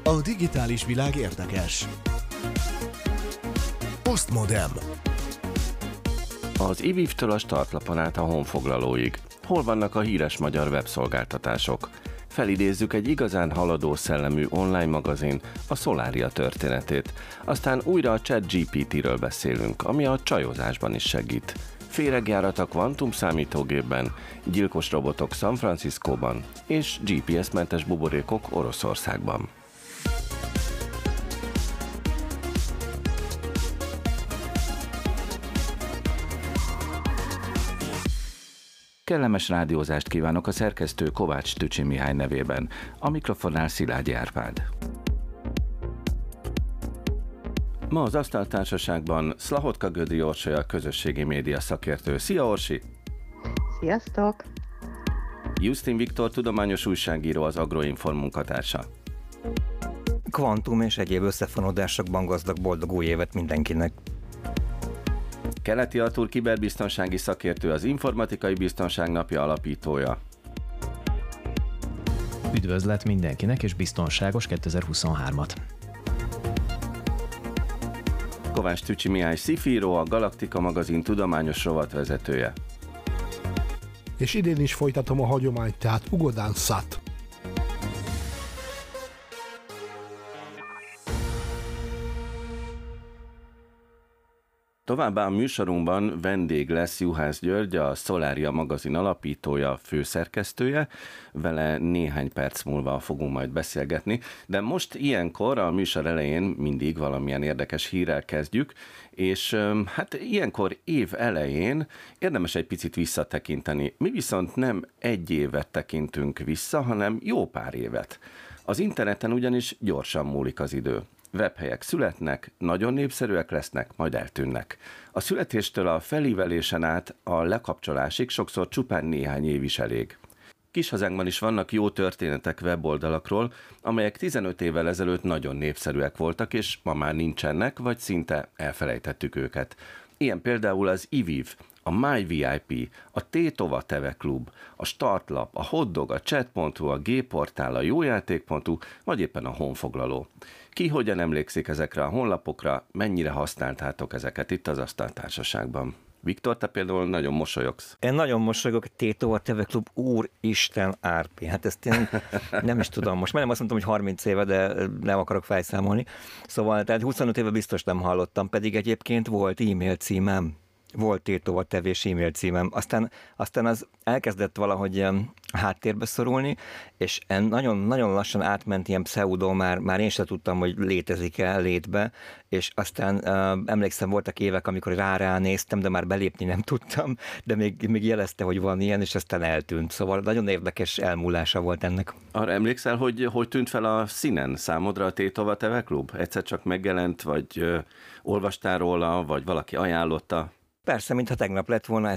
A digitális világ érdekes. Postmodem. Az IVIV-től a startlapon át a honfoglalóig. Hol vannak a híres magyar webszolgáltatások? Felidézzük egy igazán haladó szellemű online magazin, a Solaria történetét. Aztán újra a ChatGPT-ről beszélünk, ami a csajozásban is segít. Féregjárat a kvantum számítógépben, gyilkos robotok San Franciscóban és GPS-mentes buborékok Oroszországban. Kellemes rádiózást kívánok a szerkesztő Kovács Tücsi Mihály nevében, a mikrofonnál Szilágyi Árpád. Ma az Asztaltársaságban Szlahotka Gödri Orsolya, a közösségi média szakértő. Szia Orsi! Sziasztok! Justin Viktor, tudományos újságíró, az Agroinform munkatársa. Kvantum és egyéb összefonódásokban gazdag boldog új évet mindenkinek! Keleti Artúr, kiberbiztonsági szakértő, az Informatikai Biztonság Napja alapítója. Üdvözlet mindenkinek és biztonságos 2023-at! Kovács Tücsi Mihály szifíró, a Galaktika magazin tudományos rovatvezetője. És idén is folytatom a hagyományt, tehát Ugodán Szat. Továbbá a műsorunkban vendég lesz Juhász György, a Solaria magazin alapítója, főszerkesztője. Vele néhány perc múlva fogunk majd beszélgetni, de most ilyenkor a műsor elején mindig valamilyen érdekes hírrel kezdjük, és hát ilyenkor év elején érdemes egy picit visszatekinteni. Mi viszont nem egy évet tekintünk vissza, hanem jó pár évet. Az interneten ugyanis gyorsan múlik az idő. Webhelyek születnek, nagyon népszerűek lesznek, majd eltűnnek. A születéstől a felívelésen át a lekapcsolásig sokszor csupán néhány év is elég. Kishazánkban is vannak jó történetek weboldalakról, amelyek 15 évvel ezelőtt nagyon népszerűek voltak, és ma már nincsenek, vagy szinte elfelejtettük őket. Ilyen például az IVIV, a MyVIP, a Tétova Teve Klub, a Startlap, a Hotdog, a Chat.hu, a G-portál, a Jójáték.hu, vagy éppen a Honfoglaló. Ki hogyan emlékszik ezekre a honlapokra, mennyire használtátok ezeket itt az Asztaltársaságban? Viktor, te például nagyon mosolyogsz. Én nagyon mosolyogok, Tétova Teve Klub, úristen Árpi. Hát ezt én nem is tudom. Most már nem azt mondtam, hogy 30 éve, de nem akarok felszámolni. Szóval, tehát 25 éve biztos nem hallottam, pedig egyébként volt e-mail címem. Volt Tétova Tevés e-mail címem. Aztán az elkezdett valahogy háttérbe szorulni, és nagyon lassan átment ilyen pseudo, már én sem tudtam, hogy létezik-e létbe, és aztán emlékszem, voltak évek, amikor ránéztem, de már belépni nem tudtam, de még jelezte, hogy van ilyen, és aztán eltűnt. Szóval nagyon érdekes elmúlása volt ennek. Arra emlékszel, hogy tűnt fel a színen számodra a Tétova Teve Klub? Egyszer csak megjelent, vagy olvastál róla, vagy valaki ajánlotta? Persze, mintha tegnap lett volna,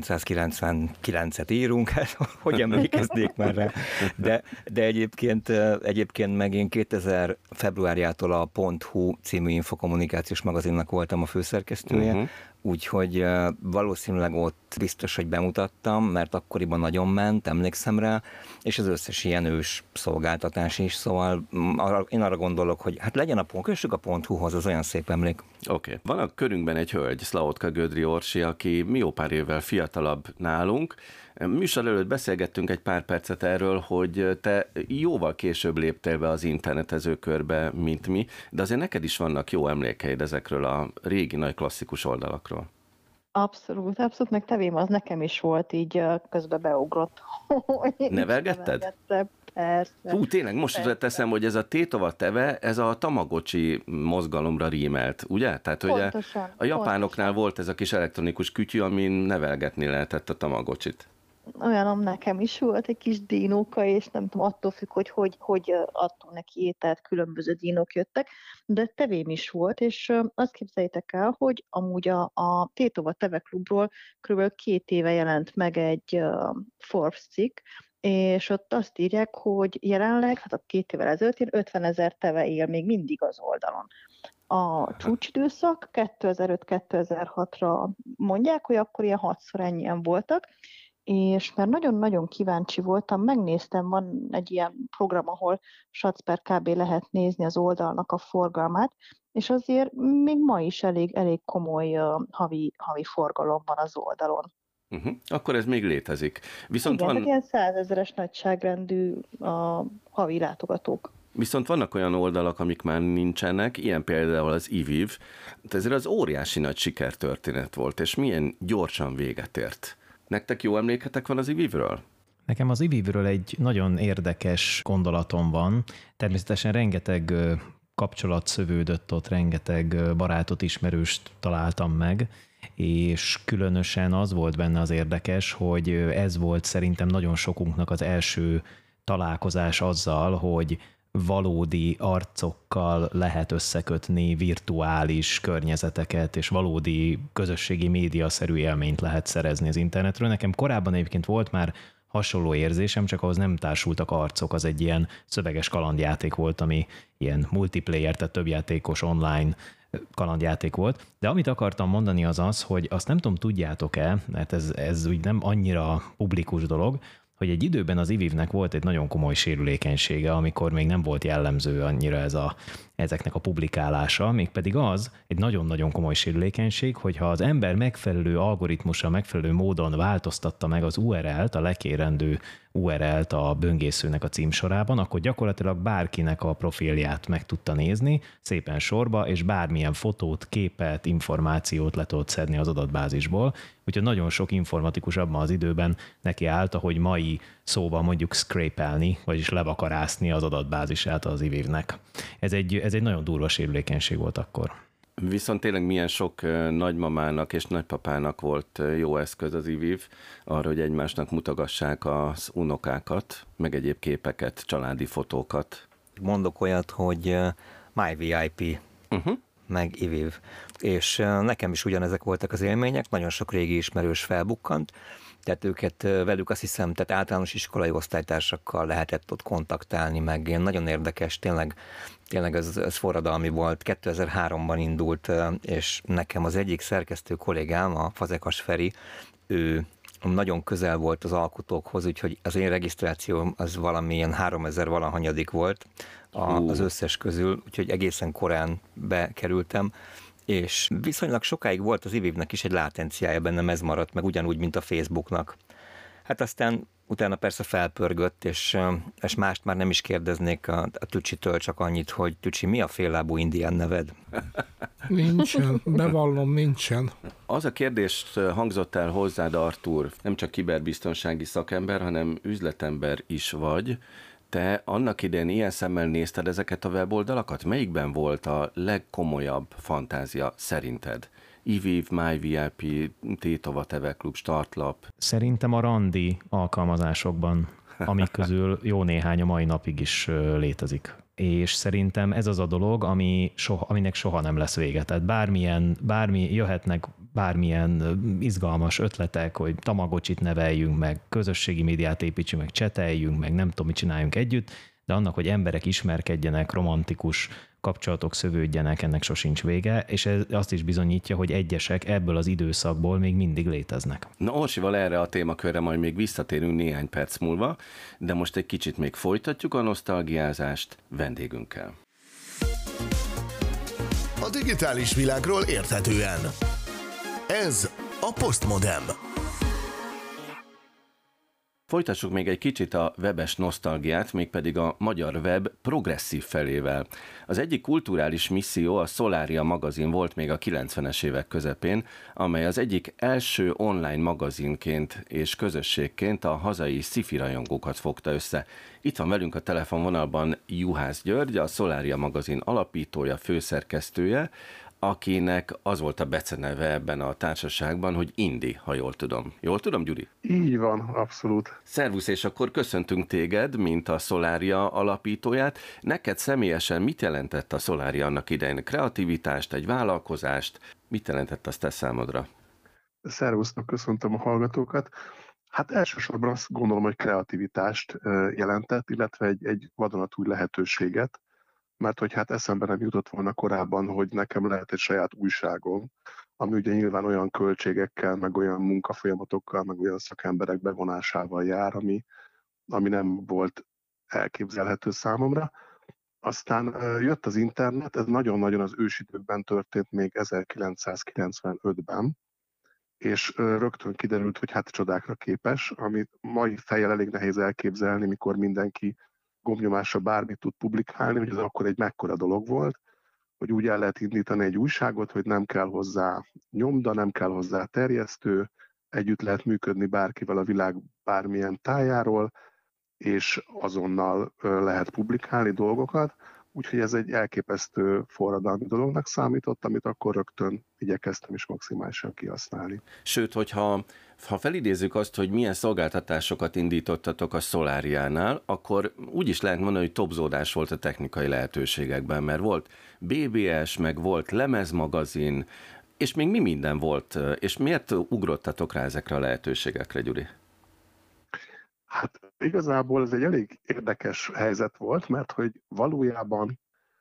1999-et írunk, hát hogy emlékeznék már rá. De egyébként meg én 2000 februárjától a .hu című infokommunikációs magazinnak voltam a főszerkesztője, úgyhogy valószínűleg ott biztos, hogy bemutattam, mert akkoriban nagyon ment, emlékszem rá, és az összes ilyen ős szolgáltatás is, szóval én arra gondolok, hogy hát legyen kössük a .hu-hoz, az olyan szép emlék. Oké. Van a körünkben egy hölgy, Szlahotka Gödri Orsi, aki jó pár évvel fiatalabb nálunk. Műsor előtt beszélgettünk egy pár percet erről, hogy te jóval később léptél be az internetező körbe, mint mi, de azért neked is vannak jó emlékeid ezekről a régi nagy klasszikus oldalakról. Abszolút, meg tevém az nekem is volt, így közben beugrott. Nevelgetted? Persze. Hú, tényleg, most persze. teszem, hogy ez a Tétova Teve, ez a Tamagocsi mozgalomra rímelt, ugye? Tehát, hogy a japánoknál volt ez a kis elektronikus kütyű, amin nevelgetni lehetett a Tamagocsit. Olyanom nekem is volt egy kis dinóka, és nem tudom, attól függ, hogy attól neki ételt, különböző dinók jöttek, de tevém is volt, és azt képzeljétek el, hogy amúgy a Tétova Teve Klubról kb. 2 éve jelent meg egy Forbes cikk, és ott azt írják, hogy jelenleg, hát a 2 évvel ezelőtt 50 000 teve él még mindig az oldalon. A csúcsidőszak 2005-2006-ra mondják, hogy akkor ilyen 6-szor ennyien voltak, és mert nagyon-nagyon kíváncsi voltam, megnéztem, van egy ilyen program, ahol SAC per kb. Lehet nézni az oldalnak a forgalmát, és azért még ma is elég komoly havi forgalom van az oldalon. Akkor ez még létezik. Viszont igen, tehát ilyen 100 000-es nagyságrendű a havi látogatók. Viszont vannak olyan oldalak, amik már nincsenek, ilyen például az iViv. Ezért az óriási nagy sikertörténet volt, és milyen gyorsan véget ért. Nektek jó emléketek van az iVivről? Nekem az iVivről egy nagyon érdekes gondolatom van. Természetesen rengeteg kapcsolat szövődött ott, rengeteg barátot, ismerőst találtam meg, és különösen az volt benne az érdekes, hogy ez volt szerintem nagyon sokunknak az első találkozás azzal, hogy valódi arcokkal lehet összekötni virtuális környezeteket, és valódi közösségi médiaszerű élményt lehet szerezni az internetről. Nekem korábban egyébként volt már hasonló érzésem, csak ahhoz nem társultak arcok, az egy ilyen szöveges kalandjáték volt, ami ilyen multiplayer, tehát többjátékos online kalandjáték volt. De amit akartam mondani az az, hogy azt nem tudom, tudjátok-e, mert ez úgy nem annyira publikus dolog, hogy egy időben az iVivnek volt egy nagyon komoly sérülékenysége, amikor még nem volt jellemző annyira ezeknek a publikálása, mégpedig az egy nagyon-nagyon komoly sérülékenység, hogyha az ember megfelelő algoritmusra, megfelelő módon változtatta meg az URL-t, a lekérendő URL-t a böngészőnek a címsorában, akkor gyakorlatilag bárkinek a profilját meg tudta nézni, szépen sorba, és bármilyen fotót, képet, információt le tudott szedni az adatbázisból. Úgyhogy nagyon sok informatikus abban az időben neki állt, hogy mai szóval mondjuk scrape-elni, vagyis levakarászni az adatbázisát az iVivnek. Ez egy nagyon durva sérülékenység volt akkor. Viszont tényleg milyen sok nagymamának és nagypapának volt jó eszköz az iViv arra, hogy egymásnak mutogassák az unokákat, meg egyéb képeket, családi fotókat. Mondok olyat, hogy MyVIP, meg iViv. És nekem is ugyanezek voltak az élmények, nagyon sok régi ismerős felbukkant, tehát őket velük azt hiszem, tehát általános iskolai osztálytársakkal lehetett ott kontaktálni, meg ilyen nagyon érdekes, tényleg ez forradalmi volt. 2003-ban indult, és nekem az egyik szerkesztő kollégám, a Fazekas Feri, ő nagyon közel volt az alkotókhoz, úgyhogy az én regisztrációm az valamilyen 3000 valahanyadik volt az összes közül, úgyhogy egészen korán bekerültem, és viszonylag sokáig volt az iVivnek is egy látenciája, bennem ez maradt meg, ugyanúgy, mint a Facebooknak. Hát aztán utána persze felpörgött, és mást már nem is kérdeznék a Tücsitől, csak annyit, hogy Tücsi, mi a féllábú indián neved? Nincsen, bevallom, nincsen. Az a kérdés hangzott el hozzád, Artúr, nem csak kiberbiztonsági szakember, hanem üzletember is vagy. Te annak idején ilyen szemmel nézted ezeket a weboldalakat? Melyikben volt a legkomolyabb fantázia szerinted? iViv, MyVIP, Tétova TV Klub, Startlap. Szerintem a randi alkalmazásokban, amik közül jó néhány a mai napig is létezik. És szerintem ez az a dolog, aminek soha nem lesz vége. Tehát jöhetnek bármilyen izgalmas ötletek, hogy Tamagocsit neveljünk meg, közösségi médiát építsünk meg, cseteljünk meg, nem tudom, mit csináljunk együtt, de annak, hogy emberek ismerkedjenek, romantikus kapcsolatok szövődjenek, ennek sosincs vége, és ez azt is bizonyítja, hogy egyesek ebből az időszakból még mindig léteznek. Na, Orsival erre a témakörre majd még visszatérünk néhány perc múlva, de most egy kicsit még folytatjuk a nosztalgiázást vendégünkkel. A digitális világról érthetően. Ez a Postmodem. Folytassuk még egy kicsit a webes nosztalgiát, mégpedig a magyar web progresszív felével. Az egyik kulturális misszió a Solaria magazin volt még a 90-es évek közepén, amely az egyik első online magazinként és közösségként a hazai sci-fi rajongókat fogta össze. Itt van velünk a telefonvonalban Juhász György, a Solaria magazin alapítója, főszerkesztője, akinek az volt a beceneve ebben a társaságban, hogy Indi, ha jól tudom. Jól tudom, Gyuri? Így van, abszolút. Szervusz, és akkor köszöntünk téged, mint a Solaria alapítóját. Neked személyesen mit jelentett a Solaria annak idején? Kreativitást, egy vállalkozást? Mit jelentett azt te számodra? Szervusznak, köszöntöm a hallgatókat. Hát elsősorban azt gondolom, hogy kreativitást jelentett, illetve egy vadonatúj lehetőséget, mert hogy hát eszembe nem jutott volna korábban, hogy nekem lehet egy saját újságom, ami ugye nyilván olyan költségekkel, meg olyan munkafolyamatokkal, meg olyan szakemberek bevonásával jár, ami nem volt elképzelhető számomra. Aztán jött az internet, ez nagyon-nagyon az ősidőkben történt, még 1995-ben, és rögtön kiderült, hogy hát csodákra képes, amit mai fejjel elég nehéz elképzelni, mikor mindenki gombnyomásra bármit tud publikálni, hogy ez akkor egy mekkora dolog volt, hogy úgy el lehet indítani egy újságot, hogy nem kell hozzá nyomda, nem kell hozzá terjesztő, együtt lehet működni bárkivel a világ bármilyen tájáról, és azonnal lehet publikálni dolgokat, úgyhogy ez egy elképesztő forradalmi dolognak számított, amit akkor rögtön igyekeztem is maximálisan kihasználni. Sőt, hogyha felidézzük azt, hogy milyen szolgáltatásokat indítottatok a Solariánál, akkor úgy is lehet mondani, hogy topzódás volt a technikai lehetőségekben, mert volt BBS, meg volt lemezmagazin, és még mi minden volt, és miért ugrottatok rá ezekre a lehetőségekre, Gyuri? Hát igazából ez egy elég érdekes helyzet volt, mert hogy valójában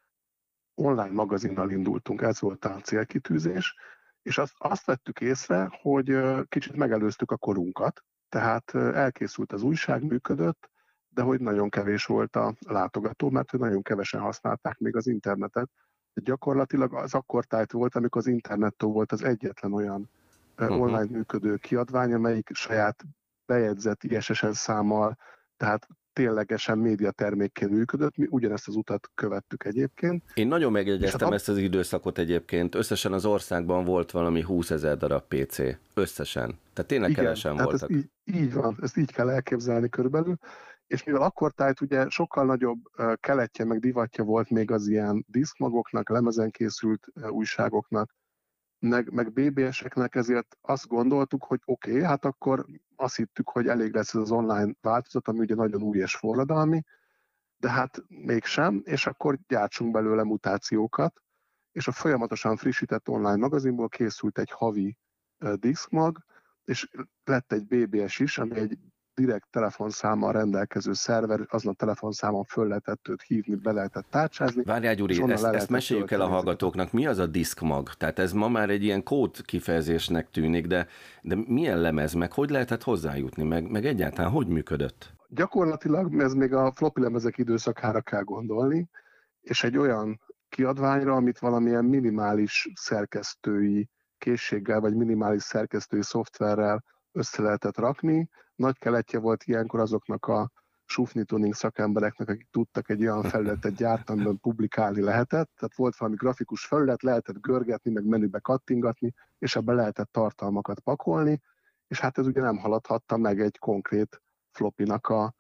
online magazinnal indultunk, ez volt a célkitűzés, és azt vettük észre, hogy kicsit megelőztük a korunkat, tehát elkészült az újság, működött, de hogy nagyon kevés volt a látogató, mert hogy nagyon kevesen használták még az internetet. Gyakorlatilag az akkortájt volt, amikor az internettől volt az egyetlen olyan online működő kiadvány, amelyik saját bejegyzett ISSN számmal, tehát ténylegesen médiatermékként működött, mi ugyanezt az utat követtük egyébként. Én nagyon megjegyeztem ezt az időszakot egyébként, összesen az országban volt valami 20 000 darab PC, összesen, tehát tényleg igen, kevesen voltak. Így van, ezt így kell elképzelni körülbelül, és mivel akkortájt ugye sokkal nagyobb keletje meg divatja volt még az ilyen diszkmagoknak, lemezen készült újságoknak, meg BBS-eknek, ezért azt gondoltuk, hogy oké, hát akkor azt hittük, hogy elég lesz ez az online változat, ami ugye nagyon új és forradalmi, de hát mégsem, és akkor gyártsunk belőle mutációkat, és a folyamatosan frissített online magazinból készült egy havi diszkmag, és lett egy BBS is, ami egy direkt telefonszámmal rendelkező szerver, azon a telefonszámon föl lehetett őt hívni, be lehetett tárcsázni. Várjál, Gyuri, ezt meséljük el a hallgatóknak. Mi az a diszkmag? Tehát ez ma már egy ilyen kód kifejezésnek tűnik, de milyen lemez, meg hogy lehetett hozzájutni, meg egyáltalán hogy működött? Gyakorlatilag ez még a floppy lemezek időszakára kell gondolni, és egy olyan kiadványra, amit valamilyen minimális szerkesztői készséggel, vagy minimális szerkesztői szoftverrel össze lehetett rakni. Nagy keletje volt ilyenkor azoknak a sufni tuning szakembereknek, akik tudtak egy olyan felületet gyártani, amiben publikálni lehetett. Tehát volt valami grafikus felület, lehetett görgetni, meg menübe kattingatni, és ebbe lehetett tartalmakat pakolni, és hát ez ugye nem haladhatta meg egy konkrét floppynak a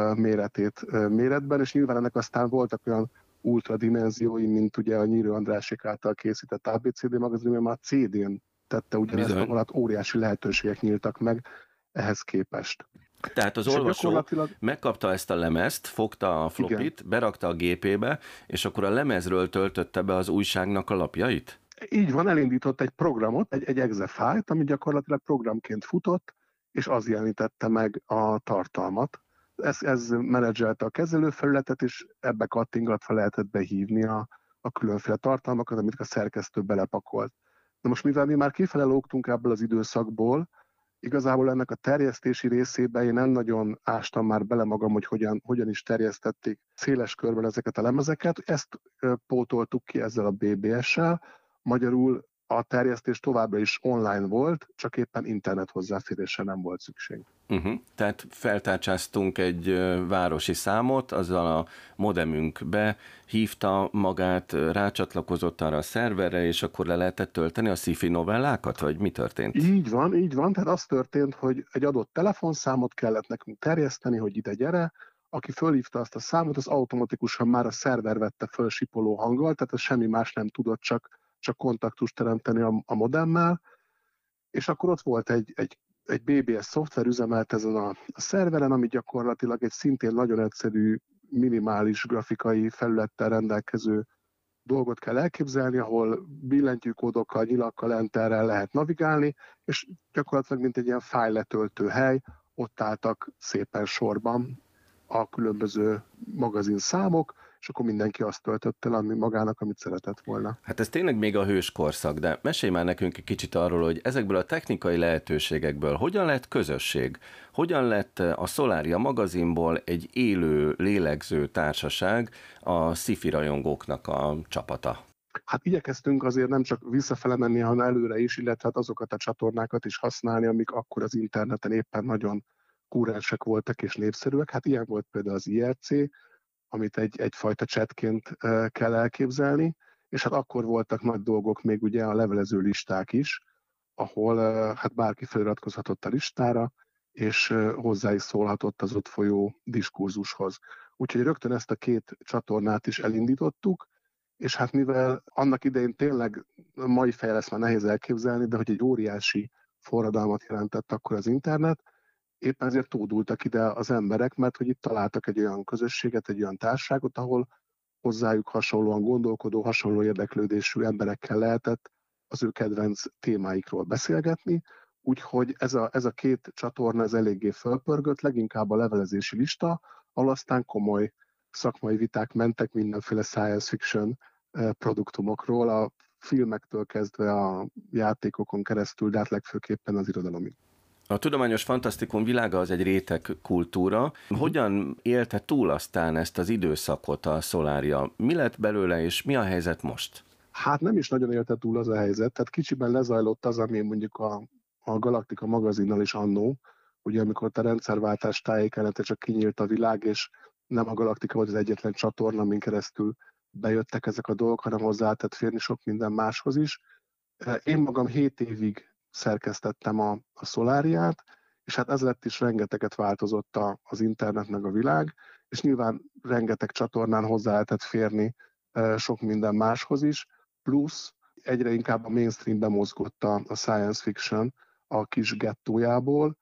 méretben, és nyilván ennek aztán voltak olyan ultradimenziói, mint ugye a Nyírő Andrásék által készített ABCD magazin, ami már CD-n tette ugyanezt, alatt óriási lehetőségek nyíltak meg ehhez képest. Tehát az olvasó megkapta ezt a lemezt, fogta a flopit, berakta a gépébe, és akkor a lemezről töltötte be az újságnak a lapjait? Így van, elindított egy programot, egy exe fájlt, ami gyakorlatilag programként futott, és az jelenítette meg a tartalmat. Ez menedzselte a kezelőfelületet, és ebbe kattingatva lehetett behívni a különféle tartalmakat, amit a szerkesztő belepakolt. Na most mivel mi már kifele lógtunk ebből az időszakból, igazából ennek a terjesztési részében én nem nagyon ástam már bele magam, hogy hogyan is terjesztették széles körben ezeket a lemezeket. Ezt pótoltuk ki ezzel a BBS-sel, magyarul a terjesztés továbbra is online volt, csak éppen internet hozzáférésre nem volt szükség. Tehát feltárcsáztunk egy városi számot, azzal a modemünk behívta magát, rácsatlakozott arra a szerverre, és akkor le lehetett tölteni a sci-fi novellákat, vagy mi történt? Így van. Tehát az történt, hogy egy adott telefonszámot kellett nekünk terjeszteni, hogy ide gyere, aki fölhívta azt a számot, az automatikusan már a szerver vette föl sipoló hanggal, tehát ez semmi más nem tudott, csak kontaktust teremteni a modemmel, és akkor ott volt egy BBS szoftver üzemelt ezen a szerveren, ami gyakorlatilag egy szintén nagyon egyszerű, minimális grafikai felülettel rendelkező dolgot kell elképzelni, ahol billentyűkódokkal, nyilakkal, enterrel lehet navigálni, és gyakorlatilag mint egy ilyen fájletöltő hely, ott álltak szépen sorban a különböző magazinszámok, és és akkor mindenki azt töltött el, ami magának, amit szeretett volna. Hát ez tényleg még a hőskorszak, de mesélj már nekünk egy kicsit arról, hogy ezekből a technikai lehetőségekből hogyan lett közösség? Hogyan lett a Solaria magazinból egy élő, lélegző társaság, a sci-fi rajongóknak a csapata? Hát igyekeztünk azért nem csak visszafele menni, hanem előre is, illetve hát azokat a csatornákat is használni, amik akkor az interneten éppen nagyon kúrensek voltak és népszerűek. Hát ilyen volt például az IRC, amit egyfajta chatként kell elképzelni, és hát akkor voltak nagy dolgok még ugye a levelező listák is, ahol hát bárki feliratkozhatott a listára, és hozzá is szólhatott az ott folyó diskurzushoz. Úgyhogy rögtön ezt a két csatornát is elindítottuk, és hát mivel annak idején tényleg mai fejjel ezt már nehéz elképzelni, de hogy egy óriási forradalmat jelentett akkor az internet, éppen ezért tódultak ide az emberek, mert hogy itt találtak egy olyan közösséget, egy olyan társaságot, ahol hozzájuk hasonlóan gondolkodó, hasonló érdeklődésű emberekkel lehetett az ő kedvenc témáikról beszélgetni. Úgyhogy ez a két csatorna ez eléggé fölpörgött, leginkább a levelezési lista, ahol aztán komoly szakmai viták mentek mindenféle science fiction produktumokról, a filmektől kezdve a játékokon keresztül, de hát legfőképpen az irodalomig. A tudományos fantasztikum világa az egy réteg kultúra. Hogyan élte túl aztán ezt az időszakot a Solaria? Mi lett belőle, és mi a helyzet most? Hát nem is nagyon élte túl az a helyzet, tehát kicsiben lezajlott az, ami mondjuk a Galaktika magazinnal is annó, ugye amikor a rendszerváltás tájékán csak kinyílt a világ, és nem a Galaktika volt az egyetlen csatorna, amin keresztül bejöttek ezek a dolgok, hanem hozzá lehetett férni sok minden máshoz is. Én magam 7 évig szerkesztettem a Solariát, és hát ez lett is rengeteget változott az internet meg a világ, és nyilván rengeteg csatornán hozzá lehetett férni sok minden máshoz is, plusz egyre inkább a mainstreambe mozgott a science fiction a kis gettójából,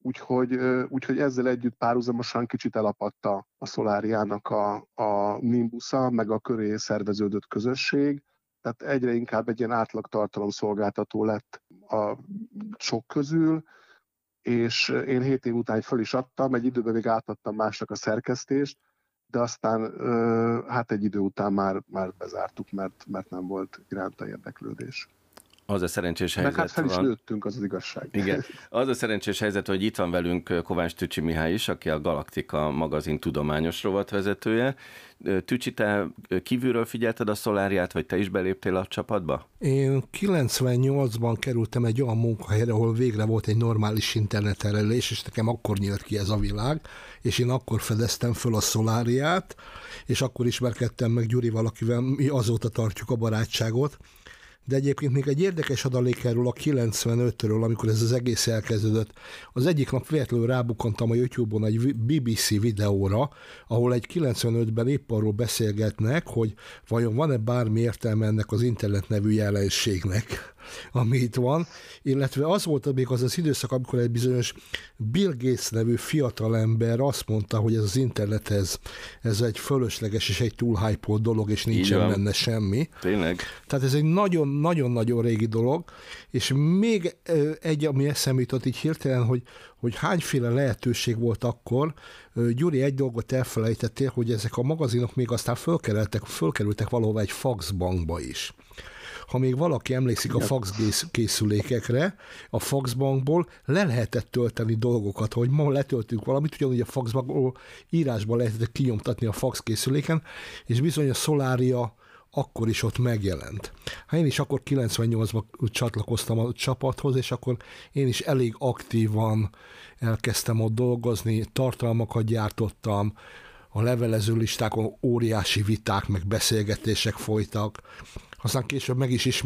úgyhogy ezzel együtt párhuzamosan kicsit elapadt a Solariának a nimbusza, meg a köré szerveződött közösség, tehát egyre inkább egy ilyen átlag tartalomszolgáltató lett a sok közül, és én 7 év után föl is adtam, egy időben még átadtam másnak a szerkesztést, de aztán hát egy idő után már bezártuk, mert nem volt iránta érdeklődés. Az a szerencsés helyzet meg hát fel is nőttünk, az igazság. Igen. Az a szerencsés helyzet, hogy itt van velünk Kovács Tücsi Mihály is, aki a Galaktika magazin tudományos rovatvezetője. Tücsi, te kívülről figyelted a Solariát, vagy te is beléptél a csapatba? Én 98-ban kerültem egy olyan munkahelyre, ahol végre volt egy normális internetelelés, és nekem akkor nyílt ki ez a világ, és én akkor fedeztem föl a Solariát, és akkor ismerkedtem meg Gyurival, akivel mi azóta tartjuk a barátságot. De egyébként még egy érdekes adalék erről a 95-ről, amikor ez az egész elkezdődött. Az egyik nap véletlenül rábukkantam a YouTube-on egy BBC videóra, ahol egy 95-ben épp arról beszélgetnek, hogy vajon van-e bármi értelme ennek az internet nevű jelenségnek, ami itt van, illetve az volt még az időszak, amikor egy bizonyos Bill Gates nevű fiatalember azt mondta, hogy ez az internet, ez egy fölösleges és egy túl hype dolog, és nincsen benne semmi. Tényleg? Tehát ez egy nagyon-nagyon régi dolog, és még egy, ami eszembe jutott így hirtelen, hogy hányféle lehetőség volt akkor. Gyuri, egy dolgot elfelejtettél, hogy ezek a magazinok még aztán fölkerültek valahova egy faxbankba is. Ha még valaki emlékszik a fax készülékekre, a faxbankból le lehetett tölteni dolgokat, hogy ma letöltünk valamit, ugyanúgy a faxbankból írásban lehetett kinyomtatni a fax készüléken, és bizony a Solaria akkor is ott megjelent. Hát én is akkor 98-ban csatlakoztam a csapathoz, és akkor én is elég aktívan elkezdtem ott dolgozni, tartalmakat gyártottam, a levelező listákon óriási viták, meg beszélgetések folytak. Aztán később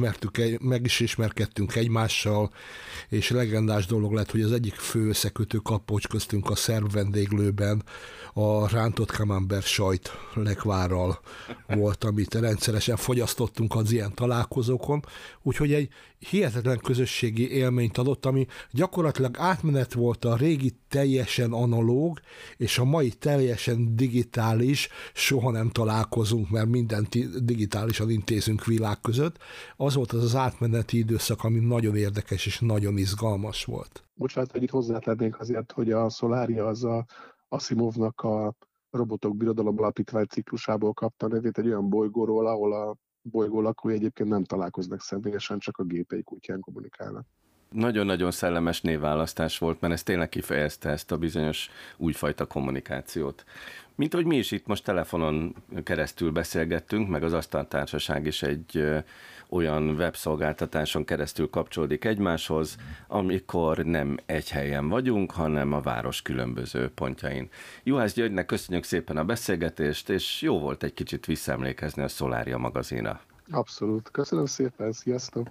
meg is ismerkedtünk egymással, és legendás dolog lett, hogy az egyik fő összekötő kapocs köztünk a szerb vendéglőben a rántott camembert sajt lekvárral volt, amit rendszeresen fogyasztottunk az ilyen találkozókon, úgyhogy egy hihetetlen közösségi élményt adott, ami gyakorlatilag átmenet volt a régi teljesen analóg, és a mai teljesen digitális, soha nem találkozunk, mert mindent digitálisan intézünk világ között. Az volt az átmeneti időszak, ami nagyon érdekes és nagyon izgalmas volt. Bocsánat, hogy itt hozzátennénk azért, hogy a Solaria az a Asimovnak a Robotok Birodalom Alapítvány ciklusából kapta a nevét, egy olyan bolygóról, ahol a bolygó lakói egyébként nem találkoznak személyesen, csak a gépeik útján kommunikálnak. Nagyon-nagyon szellemes névválasztás volt, mert ez tényleg kifejezte ezt a bizonyos újfajta kommunikációt. Mint hogy mi is itt most telefonon keresztül beszélgettünk, meg az Asztaltársaság is egy olyan webszolgáltatáson keresztül kapcsolódik egymáshoz, amikor nem egy helyen vagyunk, hanem a város különböző pontjain. Juhász Györgynek köszönjük szépen a beszélgetést, és jó volt egy kicsit visszaemlékezni a Solaria magazinra. Abszolút. Köszönöm szépen, sziasztok!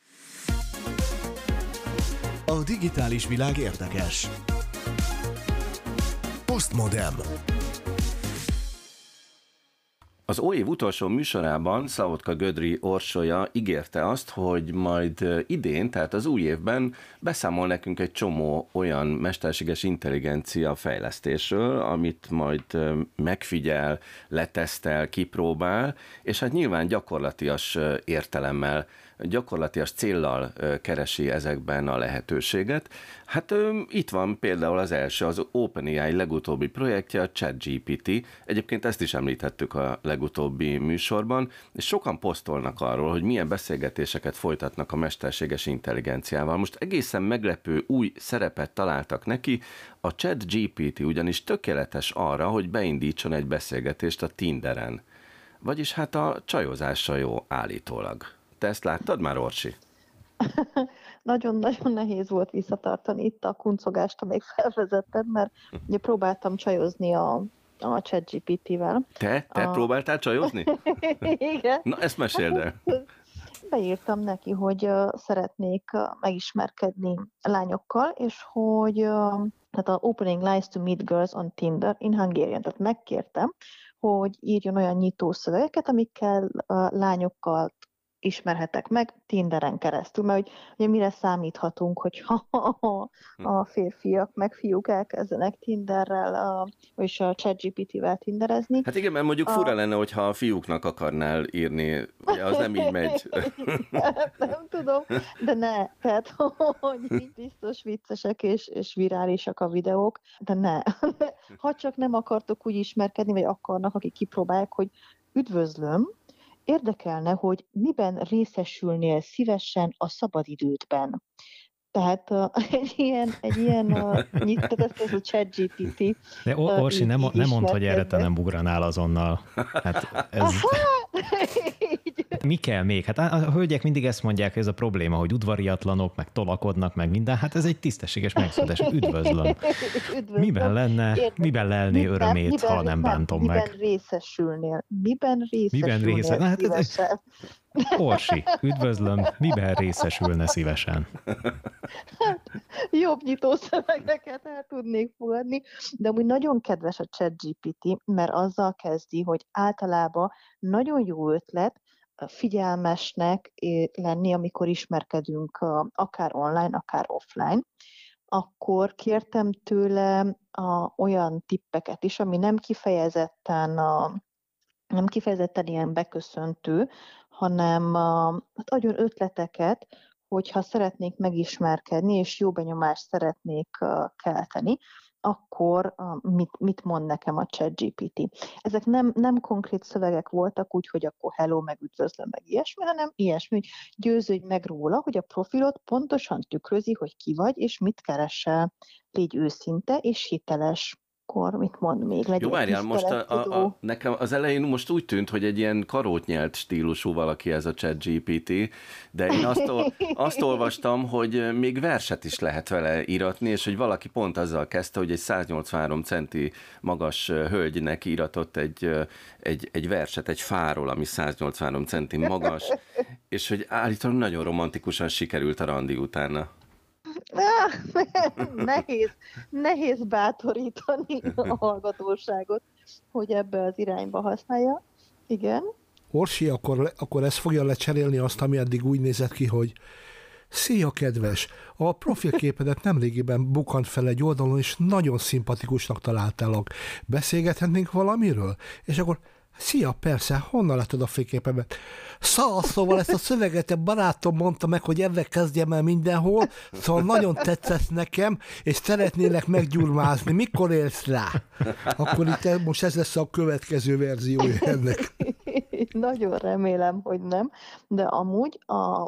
A digitális világ érdekes. Postmodem. Az óév utolsó műsorában Szabotka Gödri Orsolya ígérte azt, hogy majd idén, tehát az új évben beszámol nekünk egy csomó olyan mesterséges intelligencia fejlesztésről, amit majd megfigyel, letesztel, kipróbál, és hát nyilván gyakorlatias értelemmel, gyakorlatias céllal keresi ezekben a lehetőséget. Hát itt van például az első, az OpenAI legutóbbi projektje, a ChatGPT. Egyébként ezt is említettük a legutóbbi műsorban, és sokan posztolnak arról, hogy milyen beszélgetéseket folytatnak a mesterséges intelligenciával. Most egészen meglepő új szerepet találtak neki, a ChatGPT ugyanis tökéletes arra, hogy beindítson egy beszélgetést a Tinderen. Vagyis hát a csajozásra jó állítólag. Te ezt láttad már, Orsi? Nagyon-nagyon nehéz volt visszatartani itt a kuncogást, amíg felvezetted, mert ugye próbáltam csajozni a ChatGPT-vel. Te próbáltál csajozni? Igen. Na, ezt meséld el. Beírtam neki, hogy szeretnék megismerkedni lányokkal, és hogy tehát a opening lines to meet girls on Tinder in Hungarian. Tehát megkértem, hogy írjon olyan nyitó szövegeket, amikkel lányokkal ismerhetek meg Tinderen keresztül, mert hogy mire számíthatunk, hogyha a férfiak meg fiúk elkezdenek Tinderrel, vagyis a ChatGPT-vel tinderezni. Hát igen, mert mondjuk fura lenne, hogyha a fiúknak akarnál írni, ugye az nem így megy. Nem tudom, de ne, tehát hogy biztos viccesek és virálisak a videók, de ne. Ha csak nem akartok úgy ismerkedni, vagy akarnak, akik kipróbálják, hogy üdvözlöm, érdekelne, hogy miben részesülnél szívesen a szabadidődben. Tehát egy ilyen tehát ez a ChatGPT. De Orsi, nem mondd, hogy erre te nem ugranál azonnal. Hát ez... Mi kell még? Hát a hölgyek mindig ezt mondják, hogy ez a probléma, hogy udvariatlanok, meg tolakodnak, meg minden. Hát ez egy tisztességes megszületés. Üdvözlöm. Miben lelné örömét, ha nem bántom meg? Miben részesülnél? Na, hát szívesen? Orsi, üdvözlöm, miben részesülne szívesen? Hát, jobb nyitószövegeket el tudnék fogadni, de amúgy nagyon kedves a ChatGPT, mert azzal kezdi, hogy általában nagyon jó ötlet figyelmesnek lenni, amikor ismerkedünk akár online, akár offline. Akkor kértem tőle olyan tippeket is, ami nem kifejezetten ilyen beköszöntő, hanem adjon ötleteket, hogyha szeretnék megismerkedni, és jó benyomást szeretnék kelteni, akkor mit mond nekem a ChatGPT. Ezek nem konkrét szövegek voltak, úgyhogy akkor hello, meg üdvözlöm, meg ilyesmi, hanem ilyesmi, hogy győződj meg róla, hogy a profilod pontosan tükrözi, hogy ki vagy, és mit keresel. Légy őszinte és hiteles. Akkor mit mond még? Jó, várjál, most nekem az elején most úgy tűnt, hogy egy ilyen karótnyelt stílusú valaki ez a ChatGPT, de én azt olvastam, hogy még verset is lehet vele íratni, és hogy valaki pont azzal kezdte, hogy egy 183 centi magas hölgynek íratott egy verset, egy fáról, ami 183 centi magas, és hogy állítólag nagyon romantikusan sikerült a randi utána. Nehéz bátorítani a hallgatóságot, hogy ebbe az irányba használja. Igen. Orsi, akkor ez fogja lecserélni azt, ami eddig úgy nézett ki, hogy szia, kedves! A profilképedet nemrégiben bukkant fel egy oldalon, és nagyon szimpatikusnak találtálok. Beszélgethetnénk valamiről? És akkor Szia, persze, honnan látod a fényképemet? Szóval ezt a szöveget a barátom mondta meg, hogy ebben kezdjem el mindenhol, szóval nagyon tetszett nekem, és szeretnélek meggyurmázni. Mikor élsz rá? Akkor itt most ez lesz a következő verziója ennek. Nagyon remélem, hogy nem, de amúgy a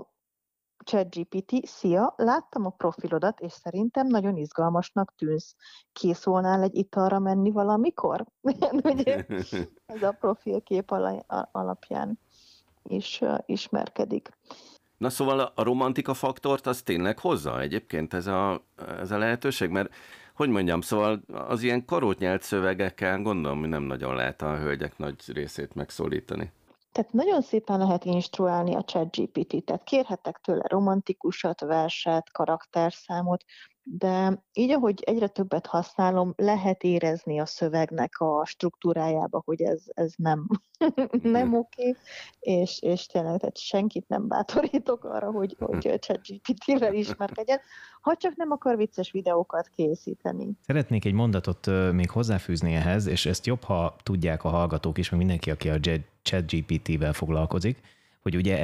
ChatGPT, szia, láttam a profilodat, és szerintem nagyon izgalmasnak tűnsz. Kész volnál egy italra menni valamikor? Ugye ez a profilkép alapján is ismerkedik. Na szóval a romantika faktort az tényleg hozza egyébként ez a lehetőség? Mert hogy mondjam, szóval az ilyen karót nyelt szövegekkel gondolom, hogy nem nagyon lehet a hölgyek nagy részét megszólítani. Tehát nagyon szépen lehet instruálni a ChatGPT-t, tehát kérhetek tőle romantikusat, verset, karakterszámot, de így, ahogy egyre többet használom, lehet érezni a szövegnek a struktúrájába, hogy ez nem, nem oké, és tényleg tehát senkit nem bátorítok arra, hogy ChatGPT-vel ismerkedjen, ha csak nem akar vicces videókat készíteni. Szeretnék egy mondatot még hozzáfűzni ehhez, és ezt jobb, ha tudják a hallgatók is, meg mindenki, aki a ChatGPT-vel foglalkozik, hogy ugye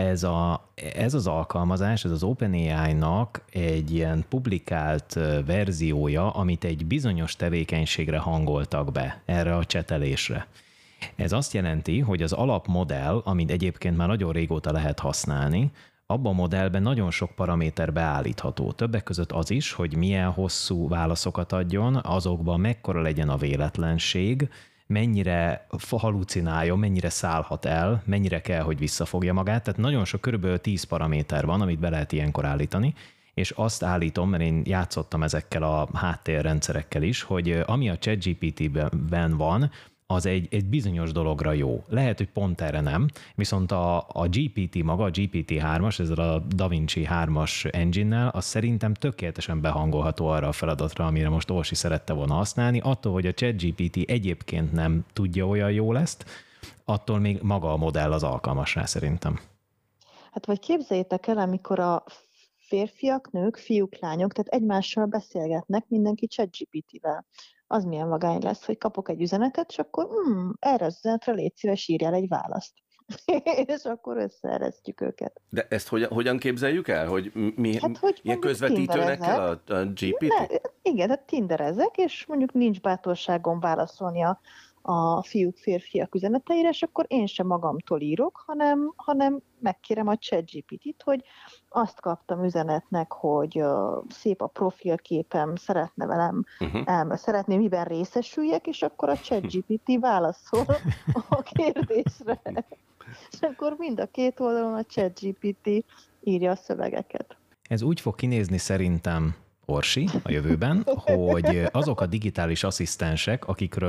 ez az alkalmazás, ez az OpenAI-nak egy ilyen publikált verziója, amit egy bizonyos tevékenységre hangoltak be, erre a csetelésre. Ez azt jelenti, hogy az alapmodell, amit egyébként már nagyon régóta lehet használni, abban a modellben nagyon sok paraméter beállítható. Többek között az is, hogy milyen hosszú válaszokat adjon, azokban mekkora legyen a véletlenség, mennyire halucináljon, mennyire szállhat el, mennyire kell, hogy visszafogja magát. Tehát nagyon sok, körülbelül 10 paraméter van, amit be lehet ilyenkor állítani, és azt állítom, mert én játszottam ezekkel a háttérrendszerekkel is, hogy ami a ChatGPT-ben van, az egy bizonyos dologra jó. Lehet, hogy pont erre nem, viszont a GPT maga, a GPT-3-as, ezzel a DaVinci 3-as engine-nel, az szerintem tökéletesen behangolható arra a feladatra, amire most Orsi szerette volna használni. Attól, hogy a ChatGPT egyébként nem tudja olyan jól ezt, attól még maga a modell az alkalmas rá szerintem. Hát vagy képzeljétek el, amikor a férfiak, nők, fiúk, lányok, tehát egymással beszélgetnek mindenki ChatGPT-vel. Az milyen vagány lesz, hogy kapok egy üzenetet, és akkor erre az üzenetre légy szíves, írjál egy választ. És akkor összeeresztjük őket. De ezt hogyan képzeljük el? Hogy mi hogy ilyen közvetítőnek kell a GPT? Igen, tehát tinderezek, és mondjuk nincs bátorságom válaszolni a fiúk, férfiak üzeneteire, és akkor én sem magamtól írok, hanem megkérem a ChatGPT-t, hogy azt kaptam üzenetnek, hogy szép a profilképem, szeretne velem, szeretném, miben részesüljek, és akkor a ChatGPT válaszol a kérdésre. És akkor mind a két oldalon a ChatGPT írja a szövegeket. Ez úgy fog kinézni szerintem, Orsi, a jövőben, hogy azok a digitális asszisztensek,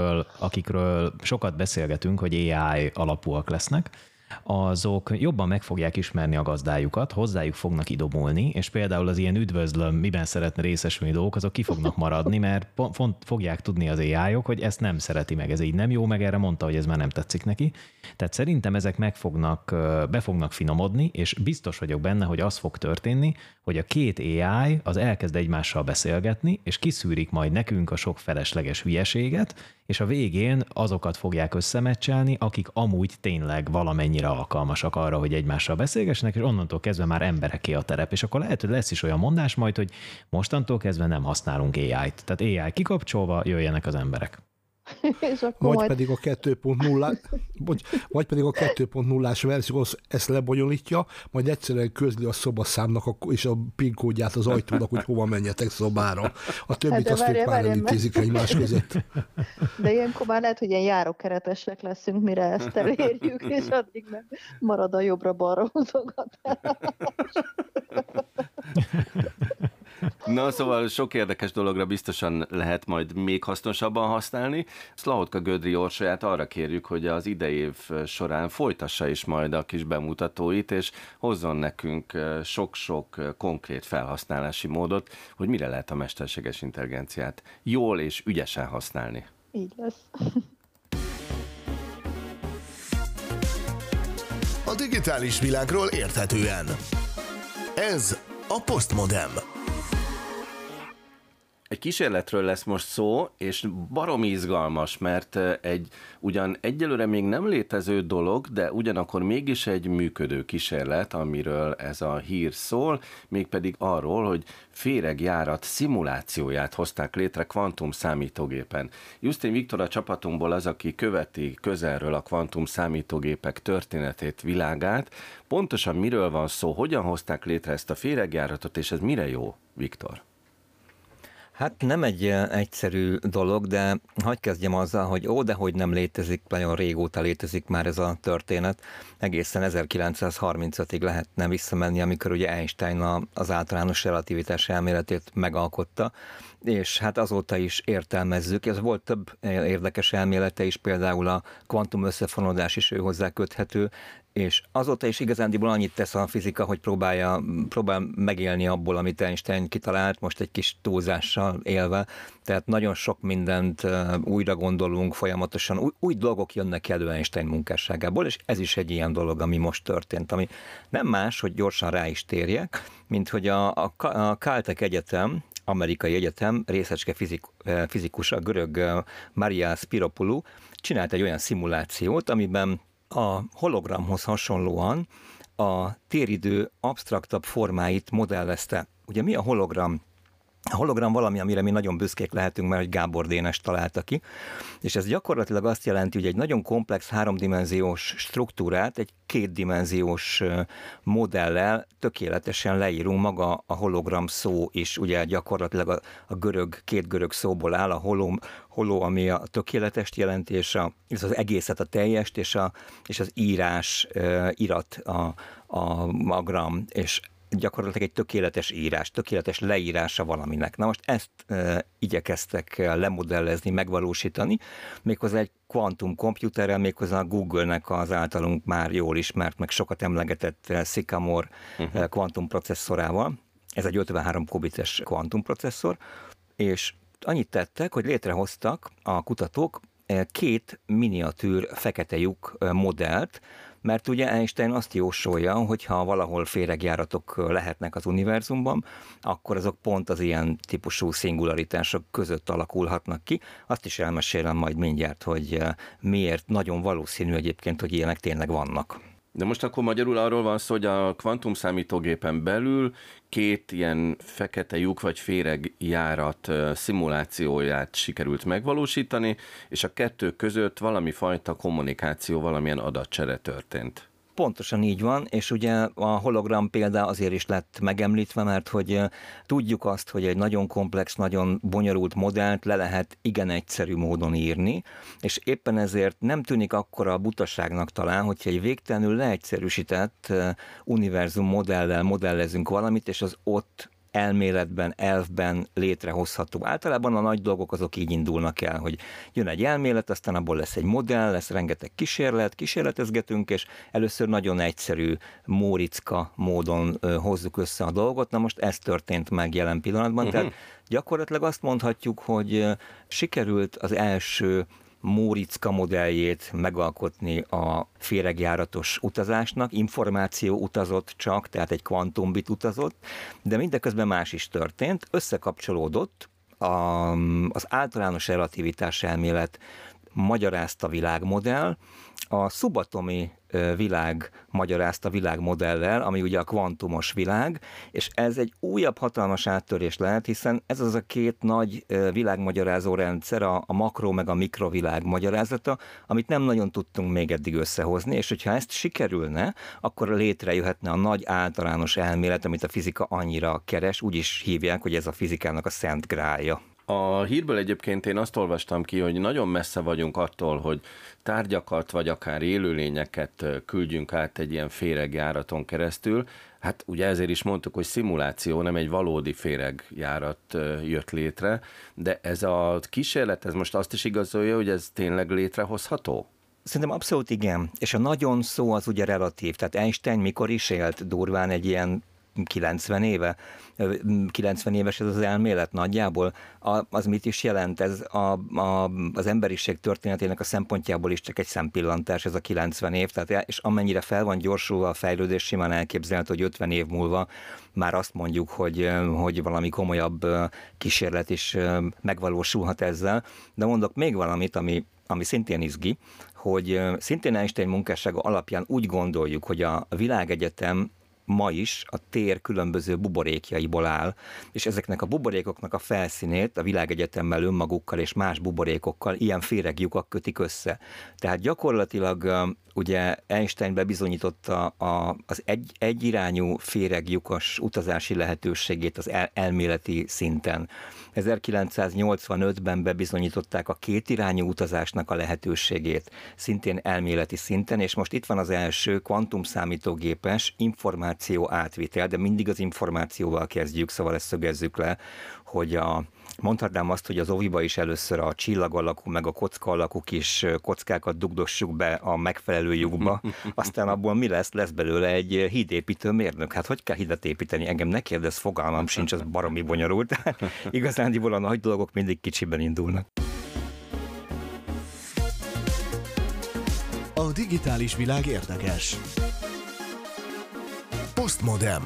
akikről sokat beszélgetünk, hogy AI alapúak lesznek, azok jobban meg fogják ismerni a gazdájukat, hozzájuk fognak idomulni, és például az ilyen üdvözlöm, miben szeretne részesülni dolgok, azok ki fognak maradni, mert fogják tudni az AI-ok, hogy ezt nem szereti meg, ez így nem jó, meg erre mondta, hogy ez már nem tetszik neki. Tehát szerintem ezek be fognak finomodni, és biztos vagyok benne, hogy az fog történni, hogy a két AI az elkezd egymással beszélgetni, és kiszűrik majd nekünk a sok felesleges hülyeséget, és a végén azokat fogják összemecselni, akik amúgy tényleg valamennyire alkalmasak arra, hogy egymással beszélgessenek, és onnantól kezdve már embereké a terep. És akkor lehet, hogy lesz is olyan mondás majd, hogy mostantól kezdve nem használunk AI-t. Tehát AI kikapcsolva jöjjenek az emberek. Vagy pedig a 2.0-ás verzió ezt lebonyolítja, majd egyszerűen közli a szobaszámnak és a PIN kódját az ajtónak, hogy hova menjetek szobára. A többit azt ők már elintézik egymás között. De ilyenkor már lehet, hogy ilyen járókeretesek leszünk, mire ezt elérjük, és addig meg marad a jobbra-balra húzogatás. Na, szóval sok érdekes dologra biztosan lehet majd még hasznosabban használni. Szlahotka Gödri Orsolyát arra kérjük, hogy az idei év során folytassa is majd a kis bemutatóit, és hozzon nekünk sok-sok konkrét felhasználási módot, hogy mire lehet a mesterséges intelligenciát jól és ügyesen használni. Így lesz. A digitális világról érthetően. Ez a Postmodem. Egy kísérletről lesz most szó, és baromi izgalmas, mert egy ugyan egyelőre még nem létező dolog, de ugyanakkor mégis egy működő kísérlet, amiről ez a hír szól, mégpedig arról, hogy féregjárat szimulációját hozták létre kvantum számítógépen. Justin Viktor a csapatunkból az, aki követi közelről a kvantum számítógépek történetét, világát. Pontosan miről van szó, hogyan hozták létre ezt a féregjáratot, és ez mire jó, Viktor? Hát nem egy egyszerű dolog, de hadd kezdjem azzal, hogy dehogy nem létezik, nagyon régóta létezik már ez a történet. Egészen 1935-ig lehetne visszamenni, amikor ugye Einstein az általános relativitás elméletét megalkotta, és hát azóta is értelmezzük. Ez volt több érdekes elmélete is, például a kvantum összefonódás is ő hozzá köthető, és azóta is igazándiból annyit tesz a fizika, hogy próbál megélni abból, amit Einstein kitalált, most egy kis túlzással élve, tehát nagyon sok mindent újra gondolunk folyamatosan, új dolgok jönnek elő Einstein munkásságából, és ez is egy ilyen dolog, ami most történt, ami nem más, hogy gyorsan rá is térjek, mint hogy a Caltech Egyetem, amerikai egyetem részecske fizikus, a görög Maria Spiropoulou csinált egy olyan szimulációt, amiben a hologramhoz hasonlóan a téridő absztraktabb formáit modellezte. Ugye mi a hologram? A hologram valami, amire mi nagyon büszkék lehetünk, mert Gábor Dénes találta ki, és ez gyakorlatilag azt jelenti, hogy egy nagyon komplex háromdimenziós struktúrát egy kétdimenziós modellel tökéletesen leírunk. Maga a hologram szó is, ugye gyakorlatilag két görög szóból áll, a holó, ami a tökéletest jelenti, és az egészet, a teljest, és az írás, irat, a gram, és gyakorlatilag egy tökéletes írás, tökéletes leírása valaminek. Na most ezt igyekeztek lemodellezni, megvalósítani, méghozzá egy kvantumkomputerrel, méghozzá a Google-nek az általunk már jól ismert, meg sokat emlegetett Sycamore kvantumprocesszorával. Ez egy 53 kubites kvantumprocesszor, és annyit tettek, hogy létrehoztak a kutatók két miniatűr fekete lyuk modellt, mert ugye Einstein azt jósolja, hogy ha valahol féregjáratok lehetnek az univerzumban, akkor azok pont az ilyen típusú szingularitások között alakulhatnak ki. Azt is elmesélem majd mindjárt, hogy miért nagyon valószínű egyébként, hogy ilyenek tényleg vannak. De most akkor magyarul arról van szó, hogy a kvantumszámítógépen belül két ilyen fekete lyuk vagy féregjárat szimulációját sikerült megvalósítani, és a kettő között valami fajta kommunikáció, valamilyen adatcsere történt. Pontosan így van, és ugye a hologram példa azért is lett megemlítve, mert hogy tudjuk azt, hogy egy nagyon komplex, nagyon bonyolult modellt le lehet igen egyszerű módon írni, és éppen ezért nem tűnik akkora butaságnak talán, hogyha egy végtelenül leegyszerűsített univerzum modellel modellezünk valamit, és az ott elméletben, elvben létrehozható. Általában a nagy dolgok azok így indulnak el, hogy jön egy elmélet, aztán abból lesz egy modell, lesz rengeteg kísérletezgetünk, és először nagyon egyszerű móricka módon hozzuk össze a dolgot. Na most ez történt meg jelen pillanatban, tehát gyakorlatilag azt mondhatjuk, hogy sikerült az első Móricka modelljét megalkotni a féregjáratos utazásnak, információ utazott csak, tehát egy kvantumbit utazott, de mindeközben más is történt, összekapcsolódott az általános relativitás elmélet magyarázta világmodell, a szubatomi világ magyarázta világmodellel, ami ugye a kvantumos világ, és ez egy újabb hatalmas áttörés lehet, hiszen ez az a két nagy világmagyarázó rendszer, a makro meg a mikrovilág magyarázata, amit nem nagyon tudtunk még eddig összehozni, és hogyha ezt sikerülne, akkor létrejöhetne a nagy általános elmélet, amit a fizika annyira keres, úgy is hívják, hogy ez a fizikának a szent grálja. A hírből egyébként én azt olvastam ki, hogy nagyon messze vagyunk attól, hogy tárgyakat vagy akár élőlényeket küldjünk át egy ilyen féregjáraton keresztül. Hát ugye ezért is mondtuk, hogy szimuláció, nem egy valódi féregjárat jött létre, de ez a kísérlet, ez most azt is igazolja, hogy ez tényleg létrehozható? Szerintem abszolút igen, és a nagyon szó az ugye relatív, tehát Einstein mikor is élt durván egy ilyen 90 éve. 90 éves ez az elmélet nagyjából. Az mit is jelent? Ez az emberiség történetének a szempontjából is csak egy szempillantás, ez a 90 év, tehát, és amennyire fel van gyorsulva a fejlődés, simán elképzelhető, hogy 50 év múlva már azt mondjuk, hogy valami komolyabb kísérlet is megvalósulhat ezzel. De mondok még valamit, ami szintén izgi, hogy szintén Einstein munkássága alapján úgy gondoljuk, hogy a világegyetem ma is a tér különböző buborékjaiból áll, és ezeknek a buborékoknak a felszínét a világegyetemmel önmagukkal és más buborékokkal ilyen féreglyukak kötik össze. Tehát gyakorlatilag ugye Einstein bebizonyította az egyirányú féreglyukas utazási lehetőségét az elméleti szinten. 1985-ben bebizonyították a kétirányú utazásnak a lehetőségét, szintén elméleti szinten, és most itt van az első kvantumszámítógépes információ átvitel, de mindig az információval kezdjük, szóval ezt szögezzük le, hogy mondhatnám azt, hogy az oviba is először a csillag alakú, meg a kocka alakú kis kockákat dugdossuk be a megfelelő lyukba, aztán abból mi lesz? Lesz belőle egy hídépítő mérnök. Hát hogy kell hidat építeni? Engem ne kérdezz, fogalmam sincs, az baromi bonyolult. Igazándiból a nagy dolgok mindig kicsiben indulnak. A digitális világ érdekes. Postmodern.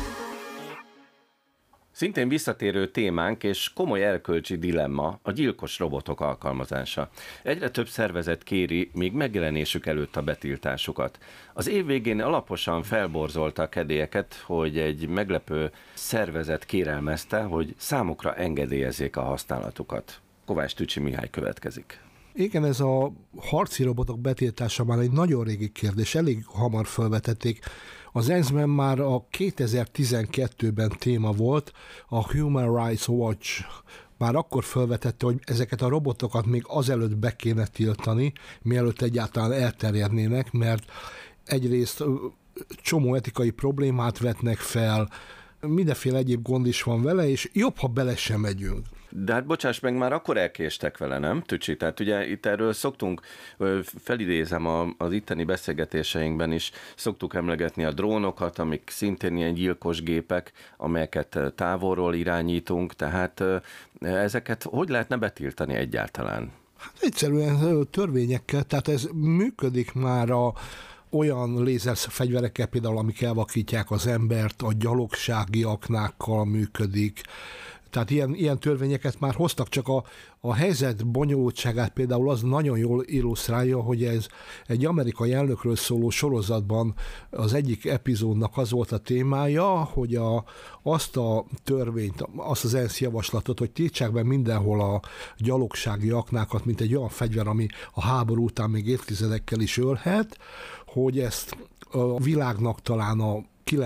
Szintén visszatérő témánk és komoly erkölcsi dilemma a gyilkos robotok alkalmazása. Egyre több szervezet kéri még megjelenésük előtt a betiltásukat. Az év végén alaposan felborzolta a kedélyeket, hogy egy meglepő szervezet kérelmezte, hogy számukra engedélyezzék a használatukat. Kovács Tücsi Mihály következik. Igen, ez a harci robotok betiltása már egy nagyon régi kérdés, elég hamar felvetették. Az ENSZ-ben már a 2012-ben téma volt, a Human Rights Watch már akkor felvetette, hogy ezeket a robotokat még azelőtt be kéne tiltani, mielőtt egyáltalán elterjednének, mert egyrészt csomó etikai problémát vetnek fel, mindenféle egyéb gond is van vele, és jobb, ha bele sem megyünk. De hát bocsáss meg, már akkor elkéstek vele, nem, Tücsi? Tehát ugye itt erről szoktunk, felidézem az itteni beszélgetéseinkben is, szoktuk emlegetni a drónokat, amik szintén ilyen gyilkos gépek, amelyeket távolról irányítunk, tehát ezeket hogy lehetne betiltani egyáltalán? Hát egyszerűen törvényekkel, tehát ez működik már olyan lézerfegyverekkel például, amik elvakítják az embert, a gyalogsági aknákkal működik. Tehát ilyen törvényeket már hoztak, csak a helyzet bonyolultságát például az nagyon jól illusztrálja, hogy ez egy amerikai elnökről szóló sorozatban az egyik epizódnak az volt a témája, hogy azt a törvényt, azt az ENSZ javaslatot, hogy tiltsák be mindenhol a gyalogsági aknákat, mint egy olyan fegyver, ami a háború után még évtizedekkel is ölhet, hogy ezt a világnak talán a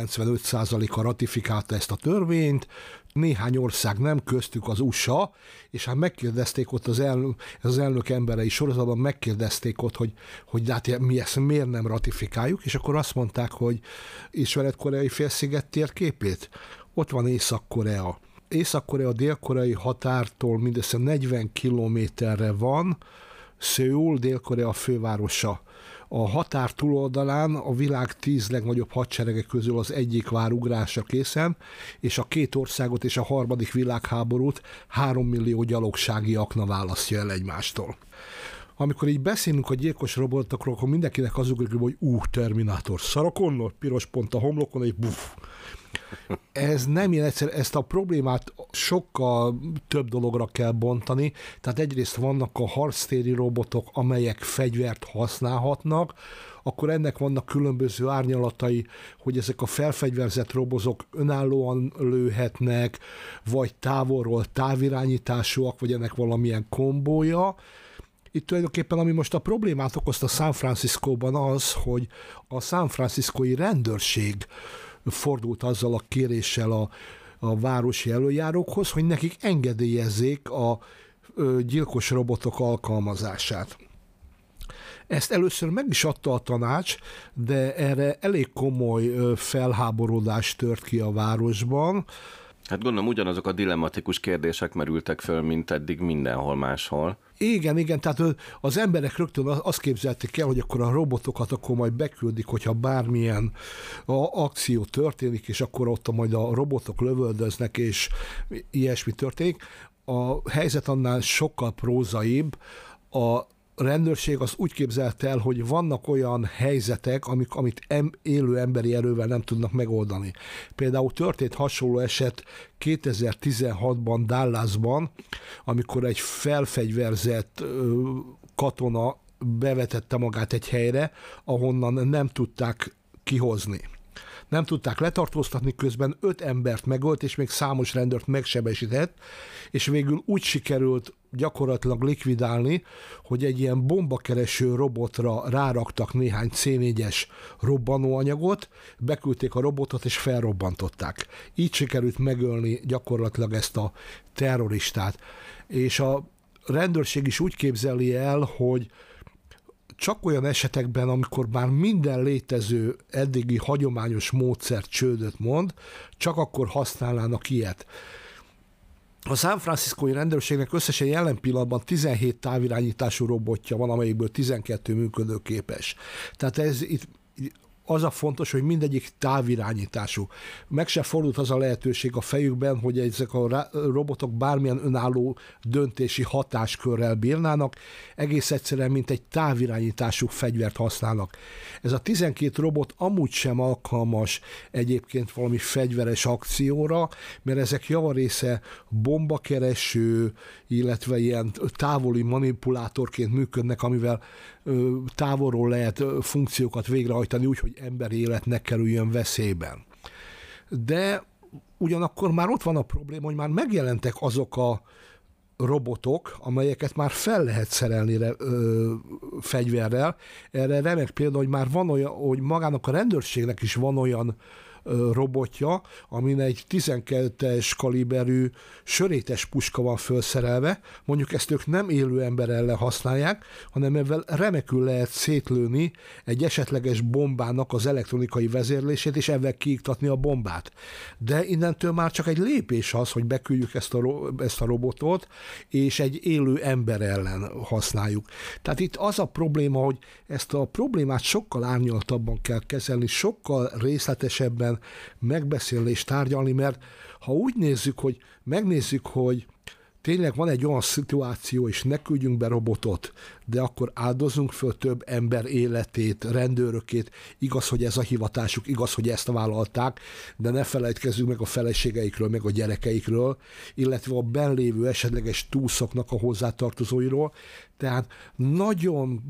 95%-a ratifikálta ezt a törvényt, néhány ország nem, köztük az USA, és hát megkérdezték ott az elnök emberei sorozatban, megkérdezték ott, hogy hát mi ezt miért nem ratifikáljuk, és akkor azt mondták, hogy ismered Koreai félsziget térképét? Ott van Észak-Korea. Észak-Korea dél-koreai határtól mindössze 40 kilométerre van, Szöul, Dél-Korea fővárosa. A határ túloldalán a világ 10 legnagyobb hadserege közül az egyik vár ugrásra készen, és a két országot és a harmadik világháborút 3 millió gyalogsági akna választja el egymástól. Amikor így beszélünk a gyilkos robotokról, akkor mindenkinek az ugrik, hogy Terminátor, szarakon, piros pont a homlokon, egy buff. Ez nem ilyen egyszerű, ezt a problémát sokkal több dologra kell bontani, tehát egyrészt vannak a harctéri robotok, amelyek fegyvert használhatnak, akkor ennek vannak különböző árnyalatai, hogy ezek a felfegyverzett robotok önállóan lőhetnek, vagy távolról távirányításúak, vagy ennek valamilyen kombója. Itt tulajdonképpen, ami most a problémát okozta San Franciscóban az, hogy a San Franciscói rendőrség fordult azzal a kéréssel a városi előjárókhoz, hogy nekik engedélyezzék a gyilkos robotok alkalmazását. Ezt először meg is adta a tanács, de erre elég komoly felháborodás tört ki a városban, Hát gondolom ugyanazok a dilematikus kérdések merültek föl, mint eddig mindenhol máshol. Igen, tehát az emberek rögtön azt képzelték el, hogy akkor a robotokat akkor majd beküldik, hogyha bármilyen akció történik, és akkor ott majd a robotok lövöldöznek, és ilyesmi történik. A helyzet annál sokkal prózaibb. A rendőrség az úgy képzelte el, hogy vannak olyan helyzetek, amit élő emberi erővel nem tudnak megoldani. Például történt hasonló eset 2016-ban Dallasban, amikor egy felfegyverzett katona bevetette magát egy helyre, ahonnan nem tudták kihozni. Nem tudták letartóztatni, közben 5 embert megölt, és még számos rendőrt megsebesített, és végül úgy sikerült gyakorlatilag likvidálni, hogy egy ilyen bombakereső robotra ráraktak néhány C4-es robbanóanyagot, beküldték a robotot, és felrobbantották. Így sikerült megölni gyakorlatilag ezt a terroristát. És a rendőrség is úgy képzeli el, hogy csak olyan esetekben, amikor már minden létező eddigi hagyományos módszert csődöt mond, csak akkor használnának ilyet. A San Franciscói rendőrségnek összesen jelen pillanatban 17 távirányítású robotja van, amelyikből 12 működőképes. Tehát ez itt az a fontos, hogy mindegyik távirányítású. Meg se fordult az a lehetőség a fejükben, hogy ezek a robotok bármilyen önálló döntési hatáskörrel bírnának, egész egyszerűen, mint egy távirányítású fegyvert használnak. Ez a 12 robot amúgy sem alkalmas egyébként valami fegyveres akcióra, mert ezek javarésze bombakereső, illetve ilyen távoli manipulátorként működnek, amivel távolról lehet funkciókat végrehajtani úgy, hogy emberi élet ne kerüljön veszélyben. De ugyanakkor már ott van a probléma, hogy már megjelentek azok a robotok, amelyeket már fel lehet szerelni fegyverrel. Erre remek példa, hogy már van olyan, hogy magának a rendőrségnek is van olyan robotja, amin egy 12-es kaliberű sörétes puska van felszerelve, mondjuk ezt ők nem élő ember ellen használják, hanem ezzel remekül lehet szétlőni egy esetleges bombának az elektronikai vezérlését, és ezzel kiiktatni a bombát. De innentől már csak egy lépés az, hogy beküldjük ezt a robotot, és egy élő ember ellen használjuk. Tehát itt az a probléma, hogy ezt a problémát sokkal árnyaltabban kell kezelni, sokkal részletesebben megbeszélni és tárgyalni, mert ha úgy megnézzük, hogy tényleg van egy olyan szituáció, és ne küldjünk be robotot, de akkor áldozunk föl több ember életét, rendőrökét, igaz, hogy ez a hivatásuk, igaz, hogy ezt vállalták, de ne felejtkezzünk meg a feleségeikről, meg a gyerekeikről, illetve a benlévő esetleges túlszoknak a hozzátartozóiról. Tehát nagyon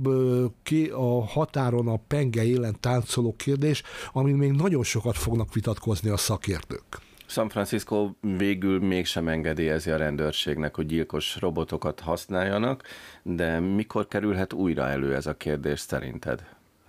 a határon a penge élen táncoló kérdés, amin még nagyon sokat fognak vitatkozni a szakértők. San Francisco végül mégsem engedélyezi a rendőrségnek, hogy gyilkos robotokat használjanak, de mikor kerülhet újra elő ez a kérdés szerinted?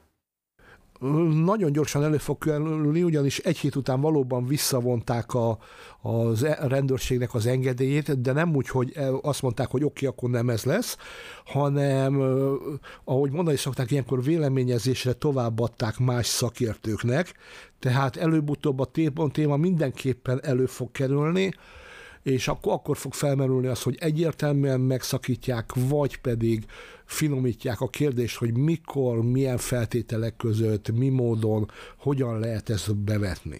Nagyon gyorsan elő fog kerülni, ugyanis egy hét után valóban visszavonták a rendőrségnek az engedélyét, de nem úgy, hogy azt mondták, hogy oké, akkor nem ez lesz, hanem, ahogy mondani szokták, ilyenkor véleményezésre továbbadták más szakértőknek, tehát előbb-utóbb a téma mindenképpen elő fog kerülni, és akkor fog felmerülni az, hogy egyértelműen megszakítják, vagy pedig finomítják a kérdést, hogy mikor, milyen feltételek között, mi módon, hogyan lehet ezt bevetni.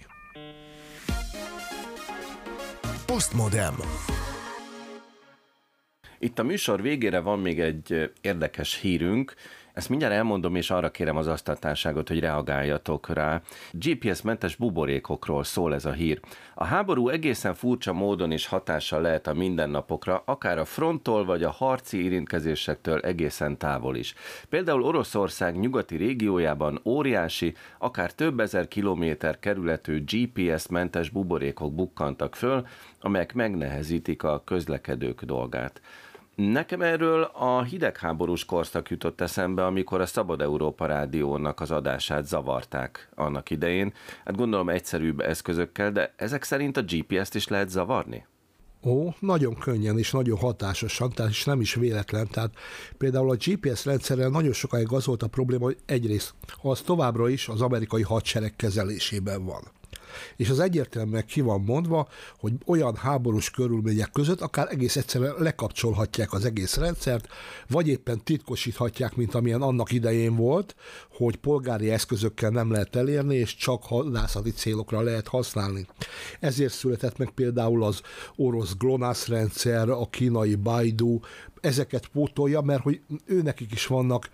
Postmodern. Itt a műsor végére van még egy érdekes hírünk, ezt mindjárt elmondom, és arra kérem az asztaltárságot, hogy reagáljatok rá. GPS-mentes buborékokról szól ez a hír. A háború egészen furcsa módon is hatással lehet a mindennapokra, akár a fronttól vagy a harci érintkezésektől egészen távol is. Például Oroszország nyugati régiójában óriási, akár több ezer kilométer kerületű GPS-mentes buborékok bukkantak föl, amelyek megnehezítik a közlekedők dolgát. Nekem erről a hidegháborús korszak jutott eszembe, amikor a Szabad Európa Rádiónak az adását zavarták annak idején. Hát gondolom egyszerűbb eszközökkel, de ezek szerint a GPS-t is lehet zavarni? Nagyon könnyen és nagyon hatásosan, tehát is nem is véletlen. Tehát például a GPS rendszerrel nagyon sokáig az volt a probléma, hogy egyrészt az továbbra is az amerikai hadsereg kezelésében van. És az egyértelműen ki van mondva, hogy olyan háborús körülmények között akár egész egyszerűen lekapcsolhatják az egész rendszert, vagy éppen titkosíthatják, mint amilyen annak idején volt, hogy polgári eszközökkel nem lehet elérni, és csak hadászati célokra lehet használni. Ezért született meg például az orosz GLONASS rendszer, a kínai Baidu, ezeket pótolja, mert hogy őnekik is vannak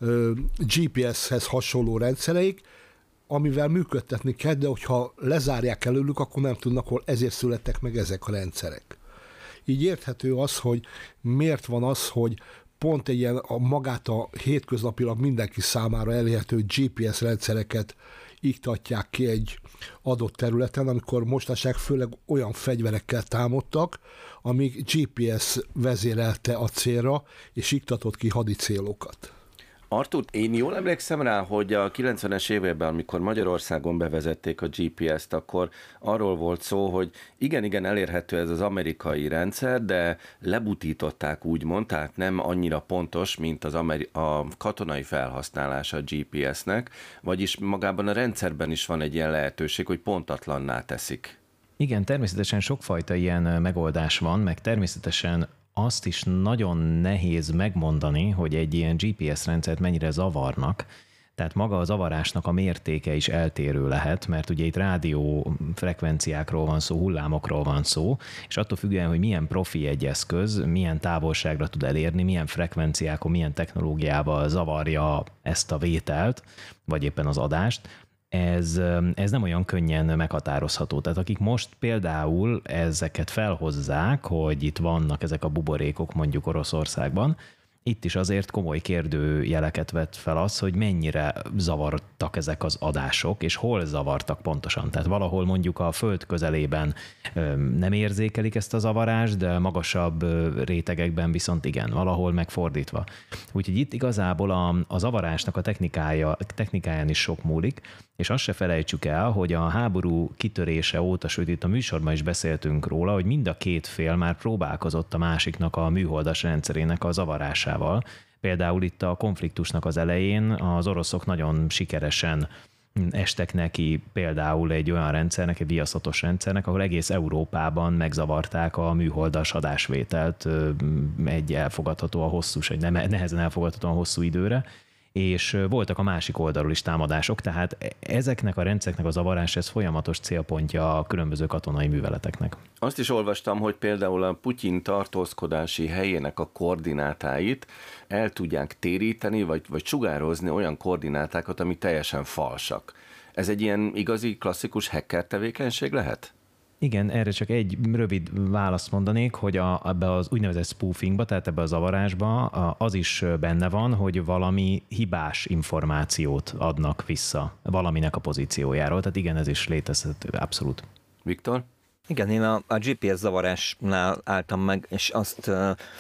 GPS-hez hasonló rendszereik, amivel működtetni kell, de hogyha lezárják előlük, akkor nem tudnak, hol ezért születtek meg ezek a rendszerek. Így érthető az, hogy miért van az, hogy pont egy ilyen magát a hétköznapilag mindenki számára elérhető GPS rendszereket iktatják ki egy adott területen, amikor mostanság főleg olyan fegyverekkel támadtak, amik GPS vezérelte a célra, és iktatott ki hadicélokat. Artúr, én jól emlékszem rá, hogy a 90-es években, amikor Magyarországon bevezették a GPS-t, akkor arról volt szó, hogy igen, elérhető ez az amerikai rendszer, de lebutították úgymond, tehát nem annyira pontos, mint a katonai felhasználása a GPS-nek, vagyis magában a rendszerben is van egy ilyen lehetőség, hogy pontatlanná teszik. Igen, természetesen sokfajta ilyen megoldás van, meg természetesen azt is nagyon nehéz megmondani, hogy egy ilyen GPS rendszert mennyire zavarnak. Tehát maga a zavarásnak a mértéke is eltérő lehet, mert ugye itt rádiófrekvenciákról van szó, hullámokról van szó, és attól függően, hogy milyen profi egy eszköz, milyen távolságra tud elérni, milyen frekvenciákon, milyen technológiával zavarja ezt a vételt, vagy éppen az adást, ez nem olyan könnyen meghatározható. Tehát akik most például ezeket felhozzák, hogy itt vannak ezek a buborékok mondjuk Oroszországban, itt is azért komoly kérdőjeleket vett fel az, hogy mennyire zavartak ezek az adások, és hol zavartak pontosan. Tehát valahol mondjuk a Föld közelében nem érzékelik ezt a zavarást, de magasabb rétegekben viszont igen, valahol megfordítva. Úgyhogy itt igazából a zavarásnak a technikáján is sok múlik, és azt se felejtsük el, hogy a háború kitörése óta, sőt itt a műsorban is beszéltünk róla, hogy mind a két fél már próbálkozott a másiknak a műholdas rendszerének a zavarásával. Például itt a konfliktusnak az elején az oroszok nagyon sikeresen estek neki például egy olyan rendszernek, egy viaszatos rendszernek, ahol egész Európában megzavarták a műholdas adásvételt egy elfogadhatóan hosszú, egy nehezen elfogadhatóan hosszú időre, és voltak a másik oldalról is támadások, tehát ezeknek a rendszereknek a zavarás, ez folyamatos célpontja a különböző katonai műveleteknek. Azt is olvastam, hogy például a Putyin tartózkodási helyének a koordinátáit el tudják téríteni, vagy sugározni olyan koordinátákat, ami teljesen falsak. Ez egy ilyen igazi, klasszikus hacker tevékenység lehet? Igen, erre csak egy rövid választ mondanék, hogy ebbe az úgynevezett spoofingba, tehát ebbe a zavarásba az is benne van, hogy valami hibás információt adnak vissza valaminek a pozíciójáról. Tehát igen, ez is létezhet abszolút. Viktor? Igen, én a GPS zavarásnál álltam meg, és azt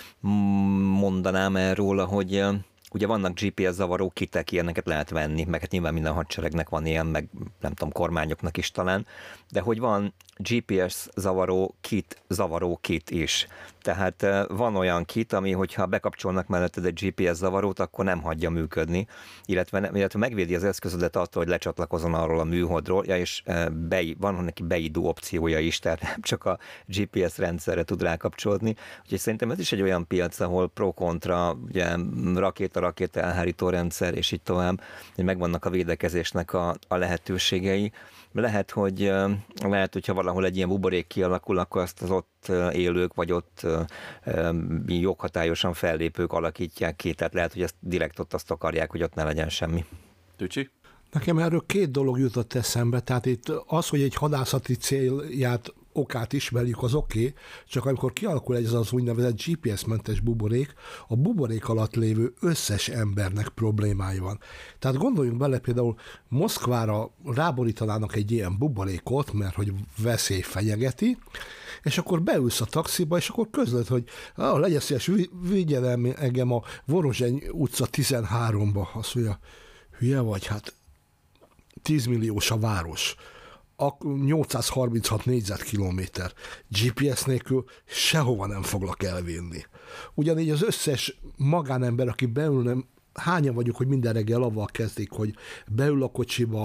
mondanám erről, hogy ugye vannak GPS zavaró kitek, ilyeneket lehet venni, meg hát nyilván minden hadseregnek van ilyen, meg nem tudom, kormányoknak is talán, de hogy van GPS zavaró kit is. Tehát van olyan kit, ami, hogyha bekapcsolnak melletted egy GPS zavarót, akkor nem hagyja működni, illetve megvédi az eszközödet attól, hogy lecsatlakozon arról a műholdról, és van neki beidú opciója is, tehát nem csak a GPS rendszerre tud rákapcsolódni. Úgyhogy szerintem ez is egy olyan piac, ahol pro-kontra, ugye rakéta elhárító rendszer, és így tovább, hogy megvannak a védekezésnek a lehetőségei. Lehet, hogyha valahol egy ilyen buborék kialakul, akkor azt az ott élők, vagy ott joghatályosan fellépők alakítják ki, tehát lehet, hogy ezt direkt ott azt akarják, hogy ott ne legyen semmi. Tücsi? Nekem erről két dolog jutott eszembe, tehát itt az, hogy egy hadászati célját okát ismerjük, az oké, csak amikor kialakul ez az úgynevezett GPS-mentes buborék, a buborék alatt lévő összes embernek problémája van. Tehát gondoljunk bele, például Moszkvára ráborítanának egy ilyen buborékot, mert hogy veszély fenyegeti, és akkor beülsz a taxiba, és akkor közled, hogy legyen szíves, vigyelem engem a Vorozseny utca 13-ba. Azt mondja, hülye vagy, hát 10 milliós a város. 836 négyzetkilométer. GPS nélkül sehova nem foglak elvinni. Ugyanígy az összes magánember, aki beül, hányan vagyunk, hogy minden reggel avval kezdik, hogy beül a kocsiba,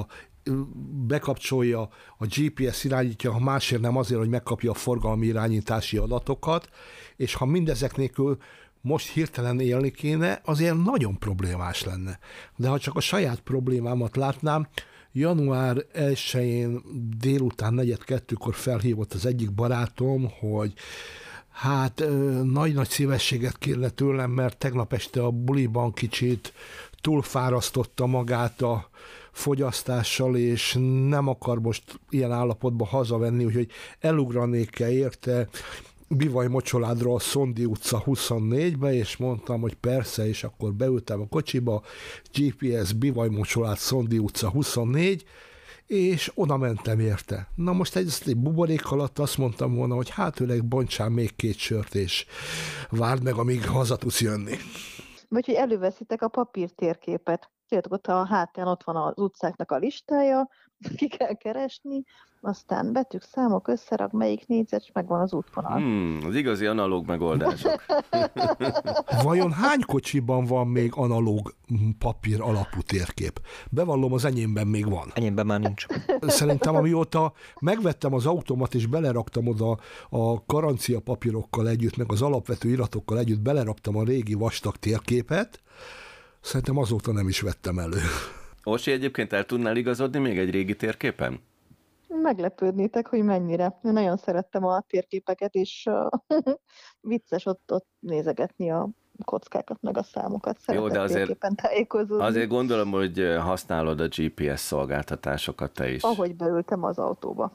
bekapcsolja a GPS irányítja, ha másért nem azért, hogy megkapja a forgalmi irányítási adatokat, és ha mindezek nélkül most hirtelen élni kéne, azért nagyon problémás lenne. De ha csak a saját problémámat látnám, január 1-én délután 4-2-kor felhívott az egyik barátom, hogy hát nagy-nagy szívességet kérne tőlem, mert tegnap este a buliban kicsit túlfárasztotta magát a fogyasztással, és nem akar most ilyen állapotban hazavenni, úgyhogy elugranék-e érte Bivaj Mocsoládról a Szondi utca 24-be, és mondtam, hogy persze, és akkor beültem a kocsiba, GPS Bivaj Mocsolád Szondi utca 24, és oda mentem érte. Na most egy buborék alatt azt mondtam volna, hogy hát öreg, bontsál még 2 sört, és várd meg, amíg haza tudsz jönni. Vagy hogy előveszitek a papírtérképet. Tudjátok, ott a hátán ott van az utcáknak a listája, ki kell keresni, aztán betűk, számok, összerak, melyik négyzet, megvan az útvonal. Az igazi analóg megoldások. Vajon hány kocsiban van még analóg papír alapú térkép? Bevallom, az enyémben még van. Enyémben már nincs. Szerintem amióta megvettem az automat, és beleraktam oda a garancia papírokkal együtt, meg az alapvető iratokkal együtt, beleraktam a régi vastag térképet, szerintem azóta nem is vettem elő. Orsi, egyébként el tudnál igazodni még egy régi térképen? Meglepődnétek, hogy mennyire. Én nagyon szerettem a térképeket, és vicces ott nézegetni a kockákat, meg a számokat. Jó, de azért, térképen tájékozódni. Azért gondolom, hogy használod a GPS szolgáltatásokat te is. Ahogy beültem az autóba.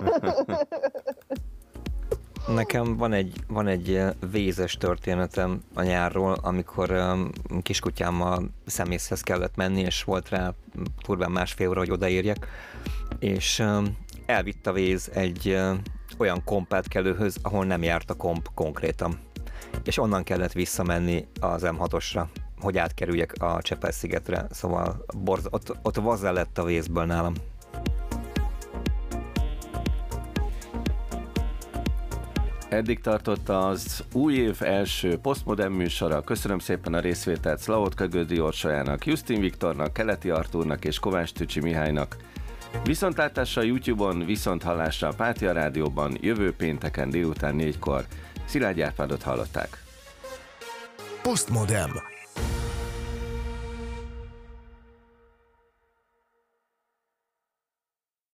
Nekem van egy vézes történetem a nyárról, amikor kiskutyámmal szemészhez kellett menni, és volt rá turván 1,5 óra, hogy odaérjek, és elvitt a véz egy olyan kompátkelőhöz, ahol nem járt a komp konkrétan. És onnan kellett visszamenni az M6-osra, hogy átkerüljek a Csepel-szigetre, szóval ott vazzá lett a vézből nálam. Eddig tartott az új év első Postmodern műsora. Köszönöm szépen a részvételt Szlahotka Gödi Orsolyának, Justin Viktornak, Keleti Artúrnak és Kovács Tücsi Mihálynak. Viszontlátásra a YouTube-on, viszonthallásra a Pátia Rádióban jövő pénteken délután 4-kor. Szilágy Árpádot hallották. Postmodern.